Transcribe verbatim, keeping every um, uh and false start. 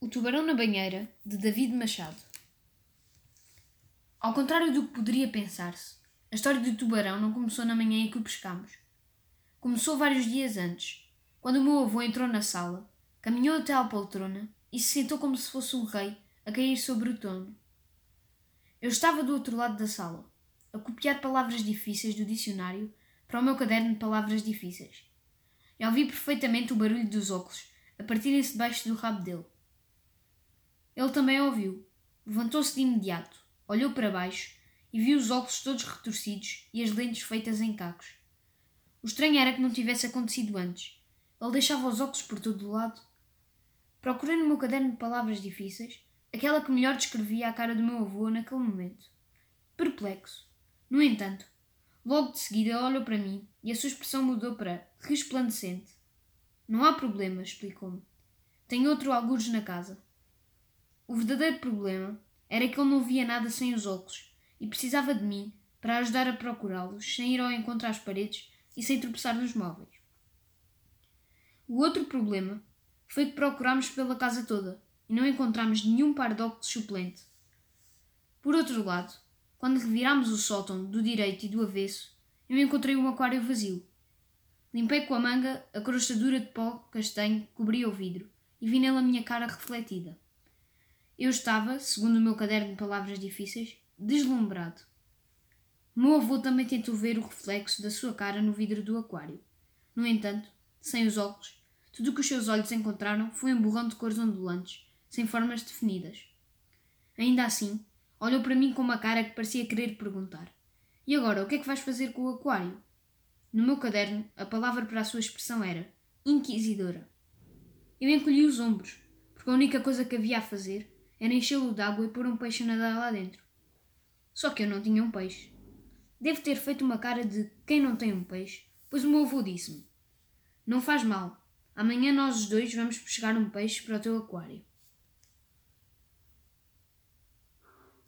O Tubarão na Banheira, de David Machado. Ao contrário do que poderia pensar-se, a história do tubarão não começou na manhã em que o pescámos. Começou vários dias antes, quando o meu avô entrou na sala, caminhou até à poltrona e se sentou como se fosse um rei a cair sobre o trono. Eu estava do outro lado da sala, a copiar palavras difíceis do dicionário para o meu caderno de palavras difíceis. E ouvi perfeitamente o barulho dos óculos a partirem-se debaixo do rabo dele. Ele também ouviu. Levantou-se de imediato, olhou para baixo e viu os óculos todos retorcidos e as lentes feitas em cacos. O estranho era que não tivesse acontecido antes. Ele deixava os óculos por todo o lado. Procurei no meu caderno de palavras difíceis aquela que melhor descrevia a cara do meu avô naquele momento. Perplexo. No entanto, logo de seguida ele olhou para mim e a sua expressão mudou para resplandecente. Não há problema, explicou-me. Tenho outro algures na casa. O verdadeiro problema era que ele não via nada sem os óculos e precisava de mim para ajudar a procurá-los sem ir ao encontro às paredes e sem tropeçar nos móveis. O outro problema foi que procurámos pela casa toda e não encontramos nenhum par de óculos suplente. Por outro lado, quando revirámos o sótão do direito e do avesso, eu encontrei um aquário vazio. Limpei com a manga a crosta dura de pó castanho que cobria o vidro e vi nele a minha cara refletida. Eu estava, segundo o meu caderno de palavras difíceis, deslumbrado. O meu avô também tentou ver o reflexo da sua cara no vidro do aquário. No entanto, sem os óculos, tudo o que os seus olhos encontraram foi um borrão de cores ondulantes, sem formas definidas. Ainda assim, olhou para mim com uma cara que parecia querer perguntar: "E agora, o que é que vais fazer com o aquário?" No meu caderno, a palavra para a sua expressão era inquisidora. Eu encolhi os ombros, porque a única coisa que havia a fazer era enchê-lo de água e pôr um peixe a nadar lá dentro. Só que eu não tinha um peixe. Devo ter feito uma cara de quem não tem um peixe, pois o meu avô disse-me: "Não faz mal. Amanhã nós os dois vamos pescar um peixe para o teu aquário."